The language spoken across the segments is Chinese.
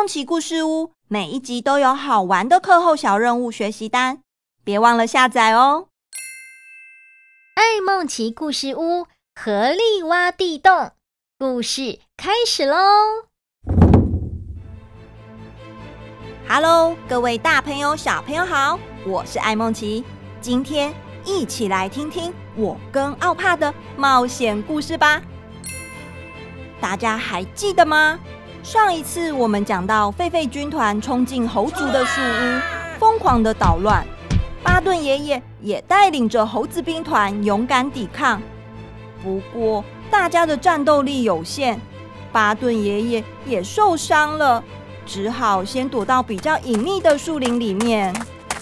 奇故事屋每一集都有好玩的课后小任务学习单，别忘了下载哦。 爱梦奇故事屋合力挖地洞，故事开始咯。 Hello， 各位大朋友小朋友好，我是爱梦奇，今天一起来听听我跟奥帕的冒险故事吧。大家还记得吗？上一次我们讲到狒狒军团冲进猴族的树屋，疯狂的捣乱，巴顿爷爷也带领着猴子兵团勇敢抵抗。不过大家的战斗力有限，巴顿爷爷也受伤了，只好先躲到比较隐秘的树林里面。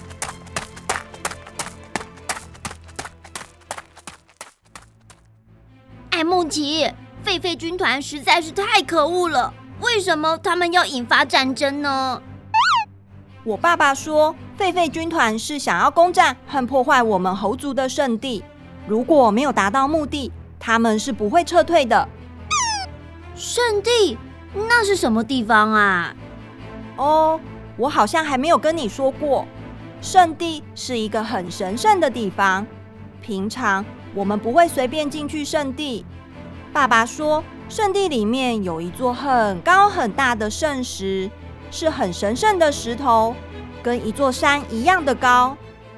爱梦奇，狒狒军团实在是太可恶了，为什么他们要引发战争呢？ 我爸爸说，狒狒军团是想要攻占和破坏我们猴族的圣地，如果没有达到目的，他们是不会撤退的。 圣地？那是什么地方啊？ 哦，我好像还没有跟你说过，圣地是一个很神圣的地方，平常我们不会随便进去圣地。爸爸说，圣地里面有一座很高很大的圣石，是很神圣的石头，跟一座山一样的高。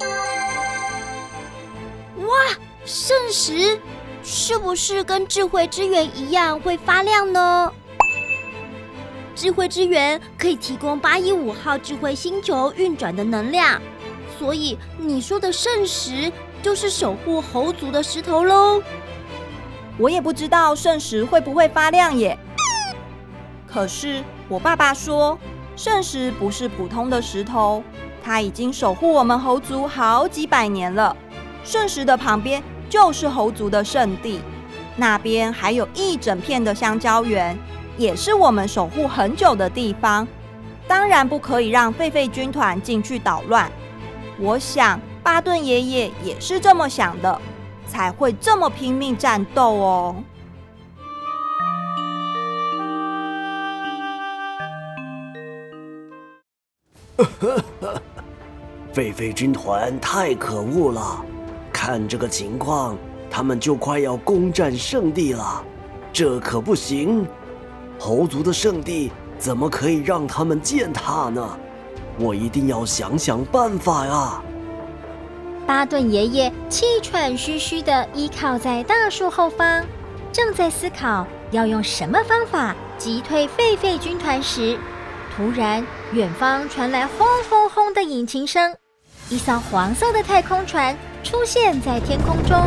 哇，圣石是不是跟智慧之源一样会发亮呢？智慧之源可以提供815号智慧星球运转的能量，所以你说的圣石就是守护猴族的石头咯。 我也不知道圣石会不会发亮耶。可是我爸爸说，圣石不是普通的石头，它已经守护我们猴族好几百年了。圣石的旁边就是猴族的圣地，那边还有一整片的香蕉园，也是我们守护很久的地方。当然不可以让狒狒军团进去捣乱。我想巴顿爷爷也是这么想的，才会这么拼命战斗哦。 狒狒军团太可恶了，看这个情况，他们就快要攻占圣地了，这可不行。猴族的圣地怎么可以让他们践踏呢？我一定要想想办法呀！ 巴顿爷爷气喘吁吁地依靠在大树后方，正在思考要用什么方法击退狒狒军团时，突然远方传来轰轰轰的引擎声，一艘黄色的太空船出现在天空中。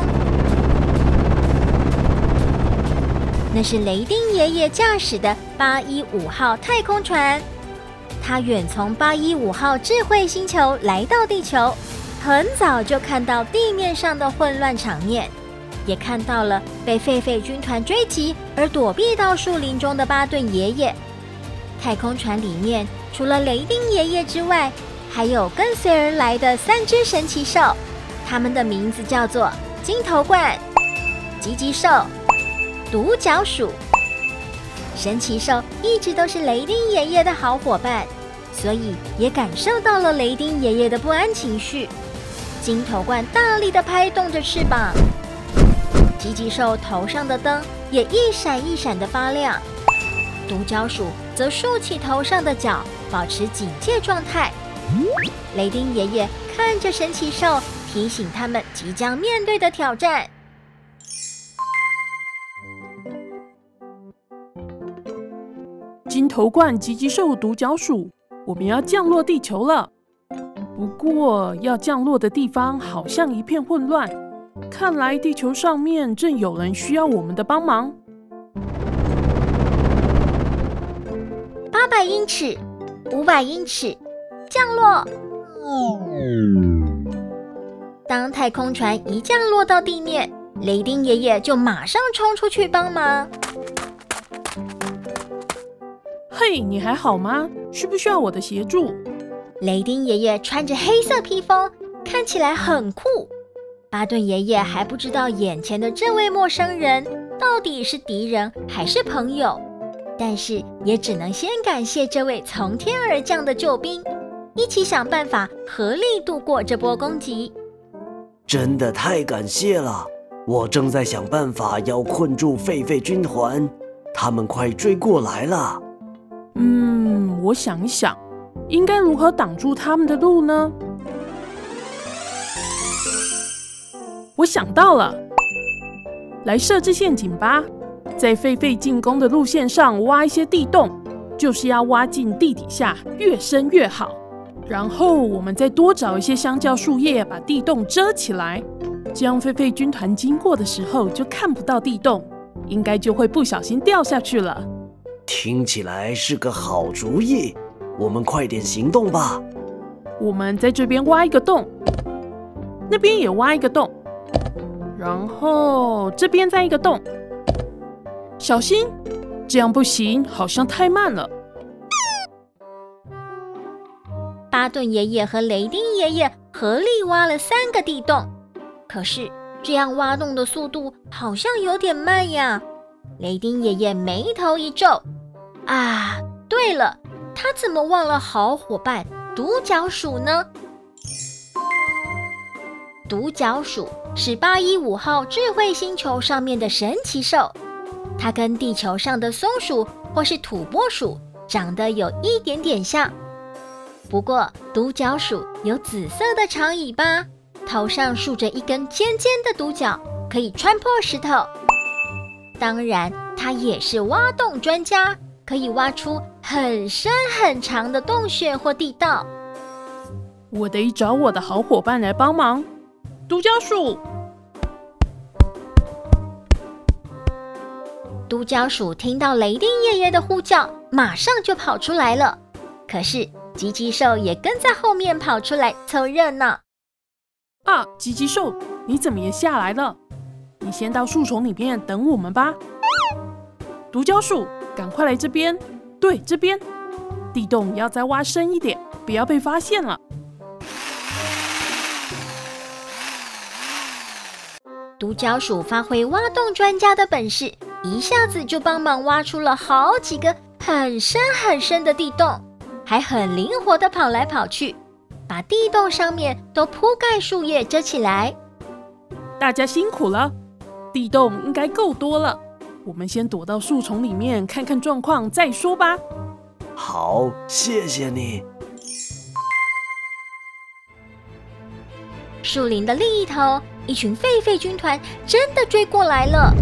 那是雷丁爷爷驾驶的815号太空船，他远从815号智慧星球来到地球，很早就看到地面上的混乱场面，也看到了被狒狒军团追击而躲避到树林中的巴顿爷爷。太空船里面除了雷丁爷爷之外，还有跟随而来的3只神奇兽，它们的名字叫做金头冠、吉吉兽、独角鼠。神奇兽一直都是雷丁爷爷的好伙伴，所以也感受到了雷丁爷爷的不安情绪。金头冠大力地拍动着翅膀，吉吉兽头上的灯也一闪一闪地发亮，独角鼠则竖起头上的角，保持警戒状态。雷丁爷爷看着神奇兽，提醒他们即将面对的挑战。 金头冠、吉吉兽、独角鼠，我们要降落地球了。不过要降落的地方好像一片混乱，看来地球上面正有人需要我们的帮忙。 800英尺，500英尺，降落。当太空船一降落到地面，雷丁爷爷就马上冲出去帮忙。 嘿，你还好吗？需不需要我的协助？ 雷丁爷爷穿着黑色披风，看起来很酷。巴顿爷爷还不知道眼前的这位陌生人到底是敌人还是朋友， 但是也只能先感谢这位从天而降的救兵，一起想办法合力度过这波攻击。 真的太感谢了！我正在想办法要困住狒狒军团，他们快追过来了。 我想一想，应该如何挡住他们的路呢？我想到了，来设置陷阱吧。在狒狒进攻的路线上挖一些地洞，就是要挖进地底下，越深越好。然后我们再多找一些香蕉树叶，把地洞遮起来，这样狒狒军团经过的时候就看不到地洞，应该就会不小心掉下去了。 听起来是个好主意，我们快点行动吧。 我们在这边挖一个洞，那边也挖一个洞，然后这边再一个洞。小心，这样不行，好像太慢了。 巴顿爷爷和雷丁爷爷合力挖了3个地洞，可是这样挖洞的速度好像有点慢呀。雷丁爷爷眉头一皱，啊，对了，他怎么忘了好伙伴独角鼠呢？独角鼠是815号智慧星球上面的神奇兽，它跟地球上的松鼠或是土拨鼠长得有一点点像。不过独角鼠有紫色的长尾巴，头上竖着一根尖尖的独角，可以穿破石头。当然，它也是挖洞专家，可以挖出很深很长的洞穴或地道。 我得找我的好伙伴来帮忙。独角鼠， 独角鼠听到雷丁爷爷的呼叫，马上就跑出来了。可是吉吉兽也跟在后面跑出来凑热闹。 啊，吉吉兽，你怎么也下来了？你先到树丛里面等我们吧。独角鼠，赶快来这边。对，这边。地洞要再挖深一点，不要被发现了。 独角鼠发挥挖洞专家的本事，一下子就帮忙挖出了好几个很深很深的地洞，还很灵活地跑来跑去，把地洞上面都铺盖树叶遮起来。 大家辛苦了，地洞应该够多了，我们先躲到树丛里面看看状况再说吧。 好，谢谢你。 树林的另一头，一群狒狒军团真的追过来了。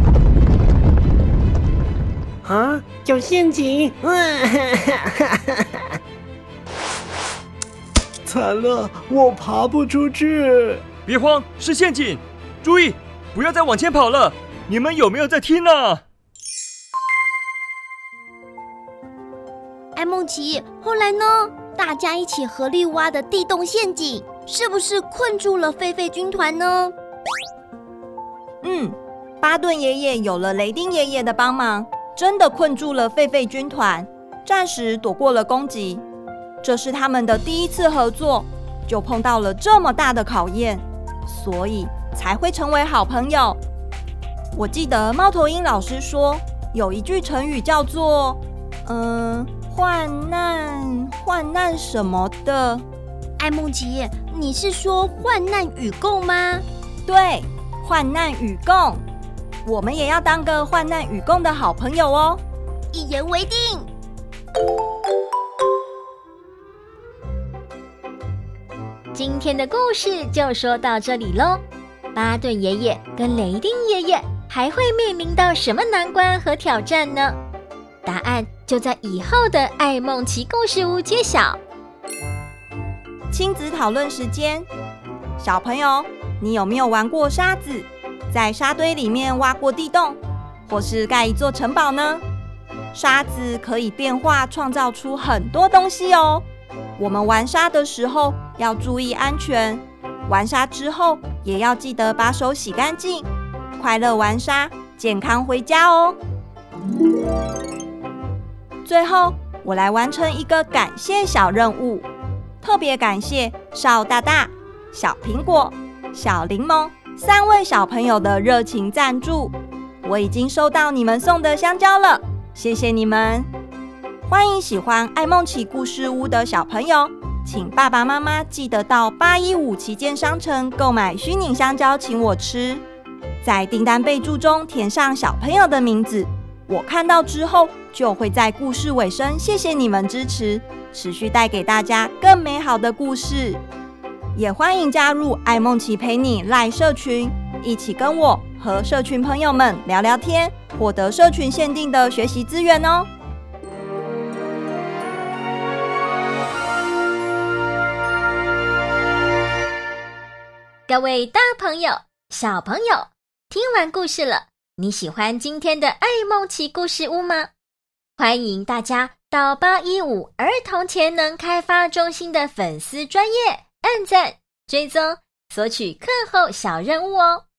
啊，有陷阱！ 惨了，我爬不出去。 别慌，是陷阱！注意，不要再往前跑了。你们有没有在听啊？ 艾梦琪，后来呢？大家一起合力挖的地洞陷阱，是不是困住了狒狒军团呢？ 巴顿爷爷有了雷丁爷爷的帮忙，真的困住了狒狒军团，暂时躲过了攻击。这是他们的第一次合作，就碰到了这么大的考验，所以才会成为好朋友。我记得猫头鹰老师说，有一句成语叫做患难什么的。 艾梦琪，你是说患难与共吗？ 对，患难与共，我们也要当个患难与共的好朋友哦。 一言为定。 今天的故事就说到这里咯。巴顿爷爷跟雷丁爷爷还会面临到什么难关和挑战呢？答案就在以后的爱梦奇故事屋揭晓。 亲子讨论时间，小朋友，你有没有玩过沙子，在沙堆里面挖过地洞，或是盖一座城堡呢？沙子可以变化，创造出很多东西哦。我们玩沙的时候要注意安全，玩沙之后也要记得把手洗干净。快乐玩沙，健康回家哦。最后，我来完成一个感谢小任务，特别感谢邵大大、小苹果、小柠檬3位小朋友的热情赞助。我已经收到你们送的香蕉了， 谢谢你们！欢迎喜欢爱梦奇故事屋的小朋友，请爸爸妈妈记得到815旗舰商城购买虚拟香蕉请我吃，在订单备注中填上小朋友的名字，我看到之后就会在故事尾声谢谢你们支持，持续带给大家更美好的故事。也欢迎加入爱梦奇陪你赖社群，一起跟我和社群朋友们聊聊天，获得社群限定的学习资源哦。 各位大朋友、小朋友，听完故事了，你喜欢今天的爱梦奇故事屋吗？欢迎大家到815儿童潜能开发中心的粉丝专页按赞、追踪、索取课后小任务哦。